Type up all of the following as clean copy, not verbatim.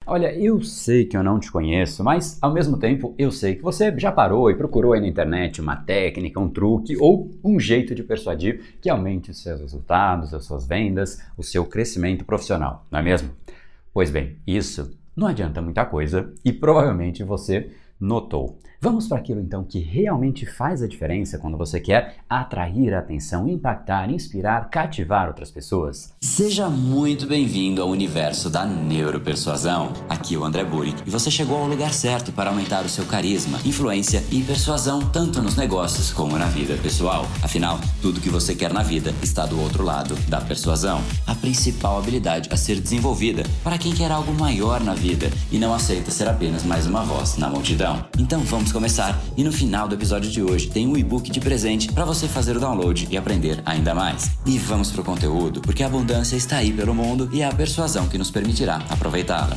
Olha, eu sei que eu não te conheço, mas ao mesmo tempo eu sei que você já parou e procurou aí na internet uma técnica, um truque ou um jeito de persuadir que aumente os seus resultados, as suas vendas, o seu crescimento profissional, não é mesmo? Pois bem, isso não adianta muita coisa e provavelmente você notou. Vamos para aquilo então que realmente faz a diferença quando você quer atrair a atenção, impactar, inspirar, cativar outras pessoas? Seja muito bem-vindo ao universo da neuropersuasão. Aqui é o André Buri e você chegou ao lugar certo para aumentar o seu carisma, influência e persuasão tanto nos negócios como na vida pessoal. Afinal, tudo que você quer na vida está do outro lado da persuasão. A principal habilidade a ser desenvolvida para quem quer algo maior na vida e não aceita ser apenas mais uma voz na multidão. Então vamos começar e no final do episódio de hoje tem um e-book de presente para você fazer o download e aprender ainda mais. E vamos pro conteúdo, porque a abundância está aí pelo mundo e é a persuasão que nos permitirá aproveitá-la.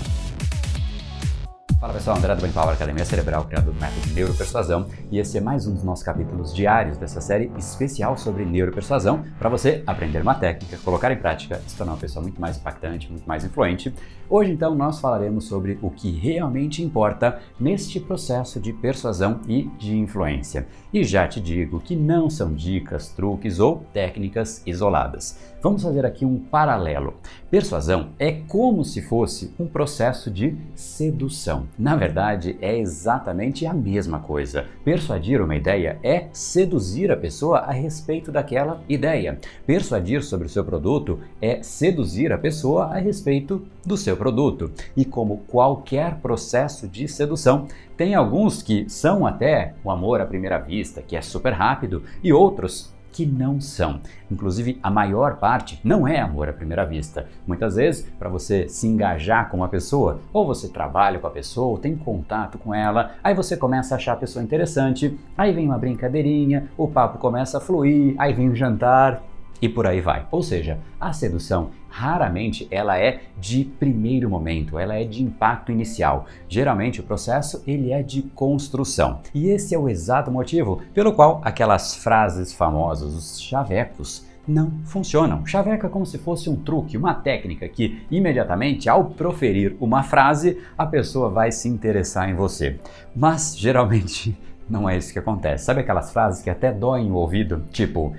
Fala pessoal, André do Brain Power, Academia Cerebral, criador do método Neuropersuasão, e esse é mais um dos nossos capítulos diários dessa série especial sobre neuropersuasão para você aprender uma técnica, colocar em prática e se tornar uma pessoa muito mais impactante, muito mais influente. Hoje então nós falaremos sobre o que realmente importa neste processo de persuasão e de influência. E já te digo que não são dicas, truques ou técnicas isoladas. Vamos fazer aqui um paralelo. Persuasão é como se fosse um processo de sedução. Na verdade, é exatamente a mesma coisa. Persuadir uma ideia é seduzir a pessoa a respeito daquela ideia. Persuadir sobre o seu produto é seduzir a pessoa a respeito do seu produto. E como qualquer processo de sedução, tem alguns que são até o amor à primeira vista, que é super rápido, e outros que não são. Inclusive, a maior parte não é amor à primeira vista. Muitas vezes, para você se engajar com uma pessoa, ou você trabalha com a pessoa, ou tem contato com ela, aí você começa a achar a pessoa interessante, aí vem uma brincadeirinha, o papo começa a fluir, aí vem o jantar e por aí vai. Ou seja, a sedução raramente ela é de primeiro momento, ela é de impacto inicial. Geralmente o processo ele é de construção. E esse é o exato motivo pelo qual aquelas frases famosas, os chavecos, não funcionam. Chaveco é como se fosse um truque, uma técnica que imediatamente ao proferir uma frase a pessoa vai se interessar em você. Mas geralmente não é isso que acontece. Sabe aquelas frases que até doem o ouvido? Tipo: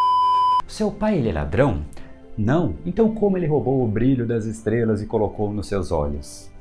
seu pai ele é ladrão? Não? Então como ele roubou o brilho das estrelas e colocou nos seus olhos?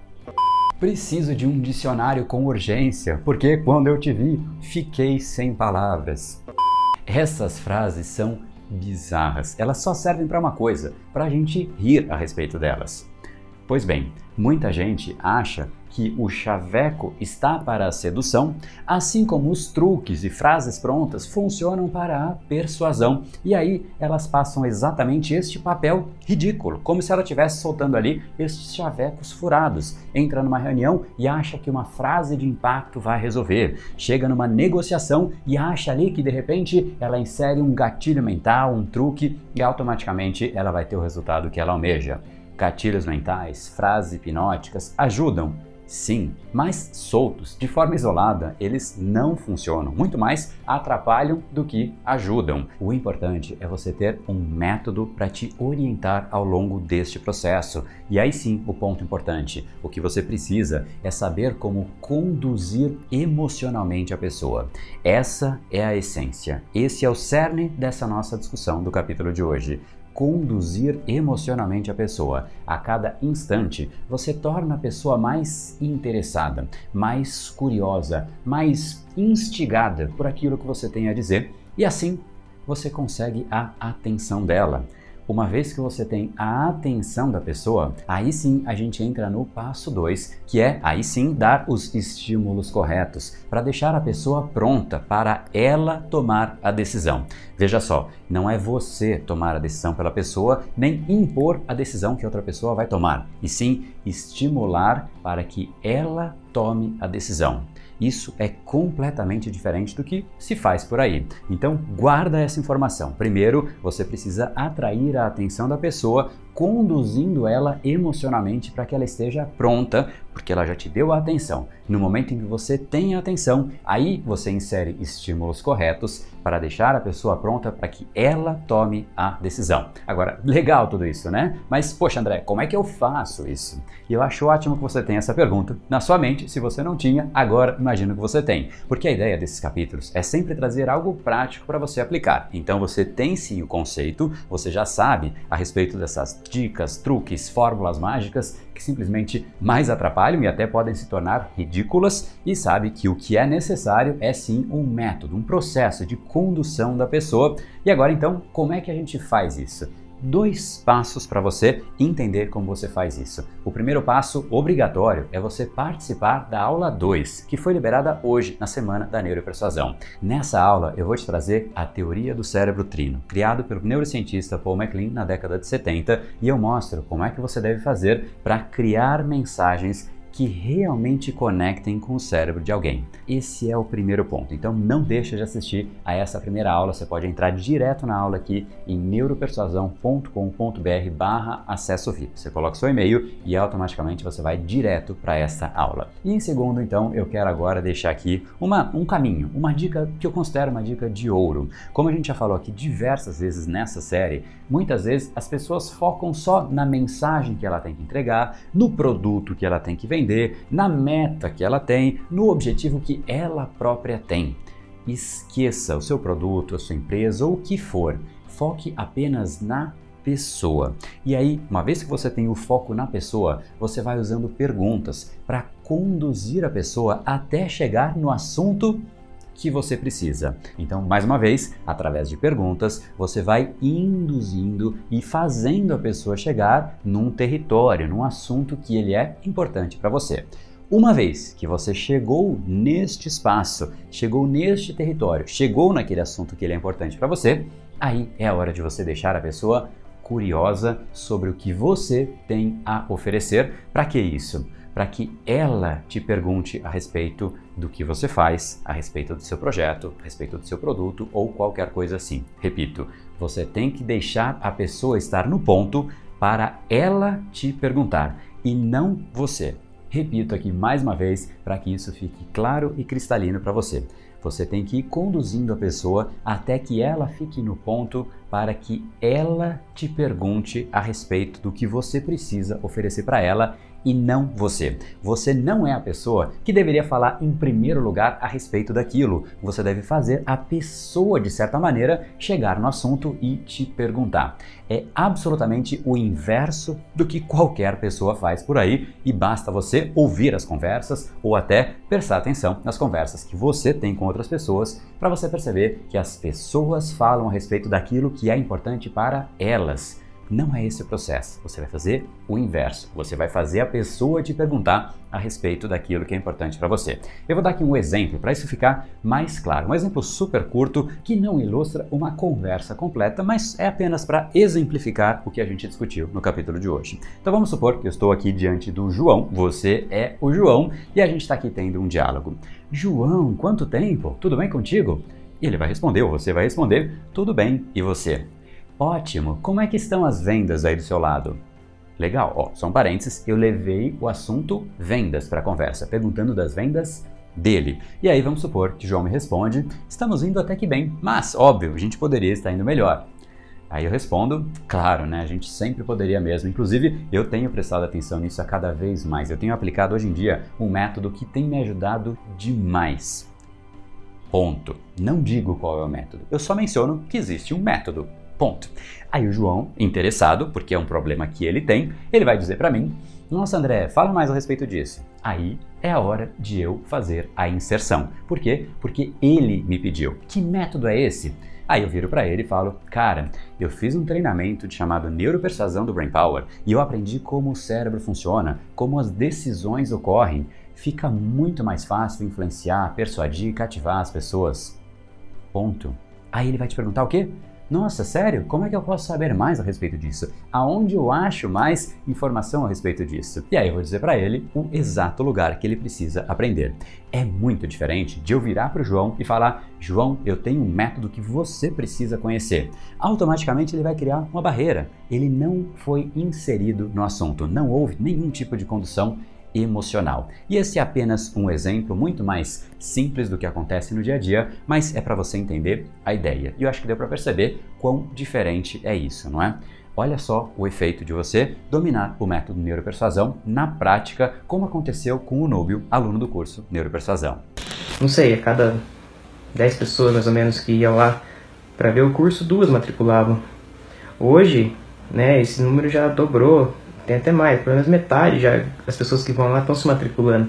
Preciso de um dicionário com urgência, porque quando eu te vi, fiquei sem palavras. Essas frases são bizarras. Elas só servem para uma coisa, para a gente rir a respeito delas. Pois bem, muita gente acha que o chaveco está para a sedução, assim como os truques e frases prontas funcionam para a persuasão. E aí elas passam exatamente este papel ridículo, como se ela estivesse soltando ali estes chavecos furados. Entra numa reunião e acha que uma frase de impacto vai resolver. Chega numa negociação e acha ali que de repente ela insere um gatilho mental, um truque e automaticamente ela vai ter o resultado que ela almeja. Gatilhos mentais, frases hipnóticas ajudam, sim, mas soltos, de forma isolada, eles não funcionam. Muito mais atrapalham do que ajudam. O importante é você ter um método para te orientar ao longo deste processo. E aí sim, o ponto importante, o que você precisa é saber como conduzir emocionalmente a pessoa. Essa é a essência. Esse é o cerne dessa nossa discussão do capítulo de hoje. Conduzir emocionalmente a pessoa. A cada instante, você torna a pessoa mais interessada, mais curiosa, mais instigada por aquilo que você tem a dizer e assim você consegue a atenção dela. Uma vez que você tem a atenção da pessoa, aí sim a gente entra no passo 2, que é aí sim dar os estímulos corretos para deixar a pessoa pronta para ela tomar a decisão. Veja só, não é você tomar a decisão pela pessoa, nem impor a decisão que outra pessoa vai tomar, e sim estimular para que ela tome a decisão. Isso é completamente diferente do que se faz por aí. Então, guarda essa informação. Primeiro, você precisa atrair a atenção da pessoa conduzindo ela emocionalmente para que ela esteja pronta, porque ela já te deu a atenção. No momento em que você tem a atenção, aí você insere estímulos corretos para deixar a pessoa pronta para que ela tome a decisão. Agora, legal tudo isso, né? Mas, poxa, André, como é que eu faço isso? E eu acho ótimo que você tenha essa pergunta na sua mente. Se você não tinha, agora imagino que você tem. Porque a ideia desses capítulos é sempre trazer algo prático para você aplicar. Então você tem sim o conceito, você já sabe a respeito dessas dicas, truques, fórmulas mágicas que simplesmente mais atrapalham e até podem se tornar ridículas, e sabe que o que é necessário é sim um método, um processo de condução da pessoa. E agora então, como é que a gente faz isso? 2 passos para você entender como você faz isso. O primeiro passo obrigatório é você participar da aula 2, que foi liberada hoje na Semana da Neuropersuasão. Nessa aula eu vou te trazer a teoria do cérebro trino, criado pelo neurocientista Paul MacLean na década de 70, e eu mostro como é que você deve fazer para criar mensagens que realmente conectem com o cérebro de alguém. Esse é o primeiro ponto. Então não deixa de assistir a essa primeira aula. Você pode entrar direto na aula aqui em neuropersuasão.com.br/acesso VIP. Você coloca seu e-mail e automaticamente você vai direto para essa aula. E em segundo, então, eu quero agora deixar aqui um caminho, uma dica que eu considero uma dica de ouro. Como a gente já falou aqui diversas vezes nessa série, muitas vezes as pessoas focam só na mensagem que ela tem que entregar, no produto que ela tem que vender, na meta que ela tem, no objetivo que ela própria tem. Esqueça o seu produto, a sua empresa ou o que for. Foque apenas na pessoa. E aí, uma vez que você tem o foco na pessoa, você vai usando perguntas para conduzir a pessoa até chegar no assunto que você precisa. Então, mais uma vez, através de perguntas, você vai induzindo e fazendo a pessoa chegar num território, num assunto que ele é importante para você. Uma vez que você chegou neste espaço, chegou neste território, chegou naquele assunto que ele é importante para você, aí é a hora de você deixar a pessoa curiosa sobre o que você tem a oferecer. Para que isso? Para que ela te pergunte a respeito do que você faz, a respeito do seu projeto, a respeito do seu produto ou qualquer coisa assim. Repito, você tem que deixar a pessoa estar no ponto para ela te perguntar e não você. Repito aqui mais uma vez para que isso fique claro e cristalino para você. Você tem que ir conduzindo a pessoa até que ela fique no ponto para que ela te pergunte a respeito do que você precisa oferecer para ela e não você. Você não é a pessoa que deveria falar em primeiro lugar a respeito daquilo. Você deve fazer a pessoa, de certa maneira, chegar no assunto e te perguntar. É absolutamente o inverso do que qualquer pessoa faz por aí e basta você ouvir as conversas ou até prestar atenção nas conversas que você tem com outras pessoas para você perceber que as pessoas falam a respeito daquilo que é importante para elas. Não é esse o processo. Você vai fazer o inverso. Você vai fazer a pessoa te perguntar a respeito daquilo que é importante para você. Eu vou dar aqui um exemplo para isso ficar mais claro. Um exemplo super curto que não ilustra uma conversa completa, mas é apenas para exemplificar o que a gente discutiu no capítulo de hoje. Então vamos supor que eu estou aqui diante do João, você é o João e a gente está aqui tendo um diálogo. João, quanto tempo? Tudo bem contigo? E ele vai responder, ou você vai responder, tudo bem, e você? Ótimo, como é que estão as vendas aí do seu lado? Legal, ó, só um parênteses, eu levei o assunto vendas para a conversa, perguntando das vendas dele. E aí vamos supor que João me responde, estamos indo até que bem, mas óbvio, a gente poderia estar indo melhor. Aí eu respondo, claro, né, a gente sempre poderia mesmo, inclusive eu tenho prestado atenção nisso a cada vez mais, eu tenho aplicado hoje em dia um método que tem me ajudado demais. Ponto. Não digo qual é o método, eu só menciono que existe um método. Ponto. Aí o João, interessado, porque é um problema que ele tem, ele vai dizer para mim, nossa André, fala mais a respeito disso. Aí é a hora de eu fazer a inserção. Por quê? Porque ele me pediu. Que método é esse? Aí eu viro para ele e falo, cara, eu fiz um treinamento chamado Neuropersuasão do Brain Power e eu aprendi como o cérebro funciona, como as decisões ocorrem. Fica muito mais fácil influenciar, persuadir e cativar as pessoas. Ponto. Aí ele vai te perguntar o quê? Nossa, sério? Como é que eu posso saber mais a respeito disso? Aonde eu acho mais informação a respeito disso? E aí eu vou dizer para ele o exato lugar que ele precisa aprender. É muito diferente de eu virar para o João e falar: João, eu tenho um método que você precisa conhecer. Automaticamente ele vai criar uma barreira. Ele não foi inserido no assunto, não houve nenhum tipo de condução emocional. E esse é apenas um exemplo muito mais simples do que acontece no dia a dia, mas é para você entender a ideia. E eu acho que deu para perceber quão diferente é isso, não é? Olha só o efeito de você dominar o método Neuropersuasão na prática, como aconteceu com o Núbio, aluno do curso Neuropersuasão. Não sei, a cada 10 pessoas mais ou menos que iam lá para ver o curso, 2 matriculavam. Hoje, né, esse número já dobrou, tem até mais, pelo menos metade já das pessoas que vão lá estão se matriculando.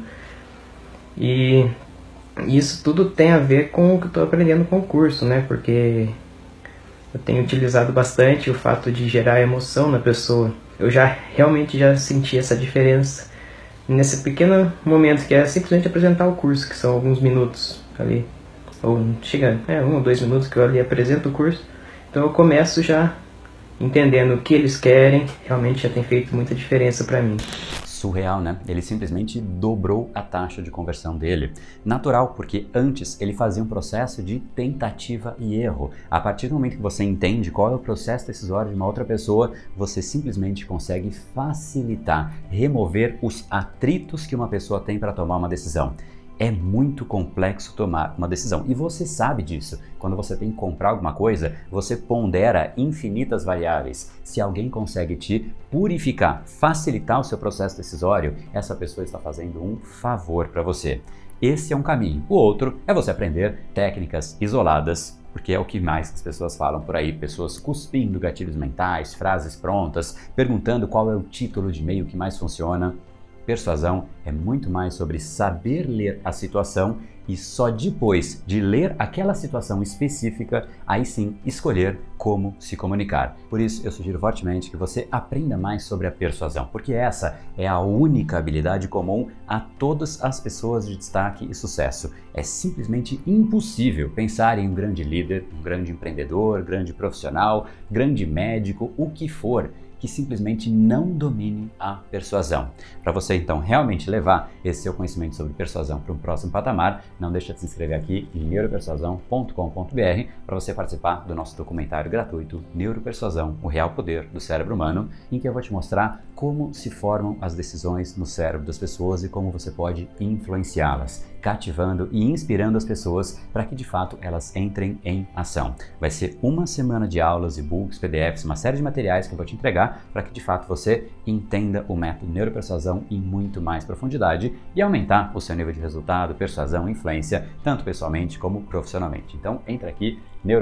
E isso tudo tem a ver com o que eu estou aprendendo com o curso, né, porque eu tenho utilizado bastante o fato de gerar emoção na pessoa. Eu realmente já senti essa diferença nesse pequeno momento que é simplesmente apresentar o curso, que são alguns minutos ali, ou chega 1 ou 2 minutos que eu ali apresento o curso. Então eu começo já entendendo o que eles querem, realmente já tem feito muita diferença para mim. Surreal, né? Ele simplesmente dobrou a taxa de conversão dele. Natural, porque antes ele fazia um processo de tentativa e erro. A partir do momento que você entende qual é o processo decisório de uma outra pessoa, você simplesmente consegue facilitar, remover os atritos que uma pessoa tem para tomar uma decisão. É muito complexo tomar uma decisão e você sabe disso. Quando você tem que comprar alguma coisa, você pondera infinitas variáveis. Se alguém consegue te purificar, facilitar o seu processo decisório, essa pessoa está fazendo um favor para você. Esse é um caminho. O outro é você aprender técnicas isoladas, porque é o que mais as pessoas falam por aí, pessoas cuspindo gatilhos mentais, frases prontas, perguntando qual é o título de e-mail que mais funciona. Persuasão é muito mais sobre saber ler a situação e só depois de ler aquela situação específica, aí sim escolher como se comunicar. Por isso eu sugiro fortemente que você aprenda mais sobre a persuasão, porque essa é a única habilidade comum a todas as pessoas de destaque e sucesso. É simplesmente impossível pensar em um grande líder, um grande empreendedor, grande profissional, grande médico, o que for, que simplesmente não domine a persuasão. Para você então realmente levar esse seu conhecimento sobre persuasão para um próximo patamar, não deixa de se inscrever aqui em neuropersuasão.com.br para você participar do nosso documentário gratuito Neuropersuasão, o real poder do cérebro humano, em que eu vou te mostrar como se formam as decisões no cérebro das pessoas e como você pode influenciá-las, cativando e inspirando as pessoas para que de fato elas entrem em ação. Vai ser uma semana de aulas, e-books, PDFs, uma série de materiais que eu vou te entregar para que de fato você entenda o método Neuropersuasão em muito mais profundidade e aumentar o seu nível de resultado, persuasão, influência, tanto pessoalmente como profissionalmente. Então entra aqui,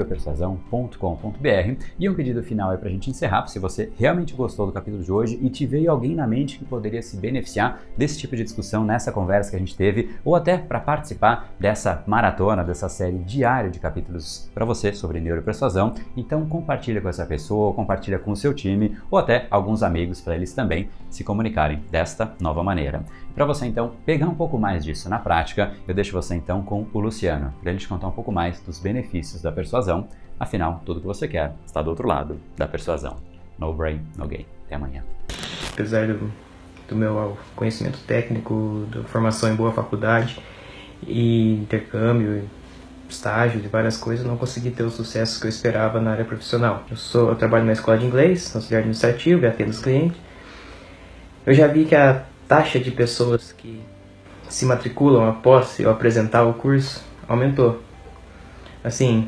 neuropersuasão.com.br, e um pedido final é para a gente encerrar. Se você realmente gostou do capítulo de hoje e te veio alguém na mente que poderia se beneficiar desse tipo de discussão nessa conversa que a gente teve, ou até para participar dessa maratona, dessa série diária de capítulos para você sobre neuropersuasão, então compartilha com essa pessoa, compartilha com o seu time ou até alguns amigos para eles também se comunicarem desta nova maneira. Para você então pegar um pouco mais disso na prática, eu deixo você então com o Luciano, para ele te contar um pouco mais dos benefícios da persuasão. Afinal, tudo que você quer está do outro lado da persuasão. No brain, no gain. Até amanhã. Apesar do meu conhecimento técnico, da formação em boa faculdade e intercâmbio, estágio e várias coisas, não consegui ter o sucesso que eu esperava na área profissional. Eu trabalho na escola de inglês, auxiliar administrativo e atendo os clientes. Eu já vi que a taxa de pessoas que se matriculam após eu apresentar o curso aumentou. Assim,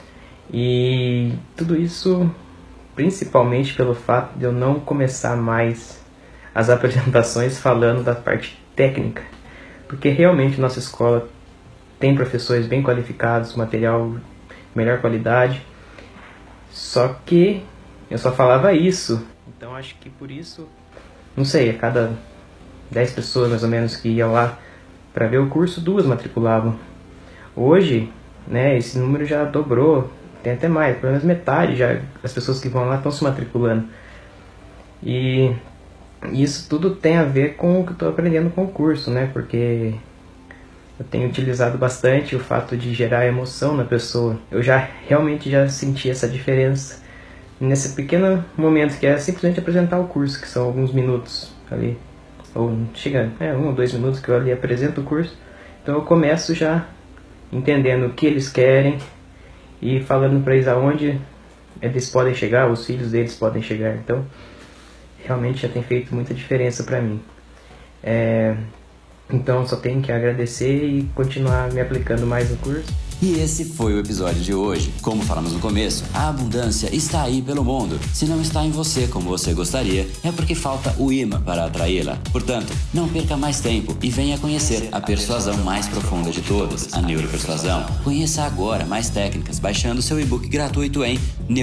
e tudo isso principalmente pelo fato de eu não começar mais as apresentações falando da parte técnica, porque realmente nossa escola tem professores bem qualificados, material de melhor qualidade, só que eu só falava isso. Então acho que por isso, não sei, a cada 10 pessoas mais ou menos que iam lá para ver o curso, 2 matriculavam. Hoje, né, esse número já dobrou, tem até mais, pelo menos metade já das pessoas que vão lá estão se matriculando. E isso tudo tem a ver com o que eu estou aprendendo com o curso, né, porque eu tenho utilizado bastante o fato de gerar emoção na pessoa. Eu realmente já senti essa diferença nesse pequeno momento que é simplesmente apresentar o curso, que são alguns minutos ali, ou chega 1 ou 2 minutos que eu ali apresento o curso. Então eu começo já entendendo o que eles querem e falando para eles aonde eles podem chegar, os filhos deles podem chegar. Então realmente já tem feito muita diferença para mim. Então só tenho que agradecer e continuar me aplicando mais no curso. E esse foi o episódio de hoje. Como falamos no começo, a abundância está aí pelo mundo. Se não está em você como você gostaria, é porque falta o imã para atraí-la. Portanto, não perca mais tempo e venha conhecer a persuasão mais profunda de todas, a neuropersuasão. Conheça agora mais técnicas baixando seu e-book gratuito em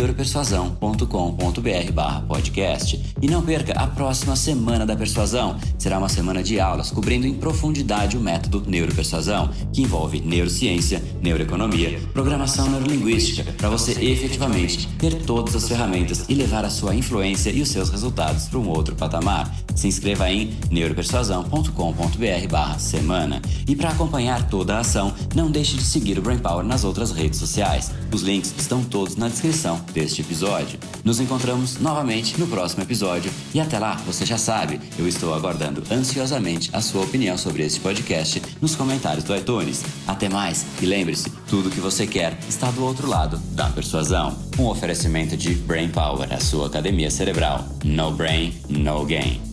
neuropersuasão.com.br/podcast. E não perca a próxima Semana da Persuasão. Será uma semana de aulas cobrindo em profundidade o método neuropersuasão, que envolve neurociência, neuroeconomia, programação neurolinguística, para você efetivamente ter todas as ferramentas e levar a sua influência e os seus resultados para um outro patamar. Se inscreva em neuropersuasão.com.br/semana. E para acompanhar toda a ação, não deixe de seguir o Brain Power nas outras redes sociais. Os links estão todos na descrição deste episódio. Nos encontramos novamente no próximo episódio e até lá, você já sabe, eu estou aguardando ansiosamente a sua opinião sobre este podcast nos comentários do iTunes. Até mais e lembre-se, tudo que você quer está do outro lado da persuasão. Um oferecimento de Brain Power, a sua academia cerebral. No brain, no gain.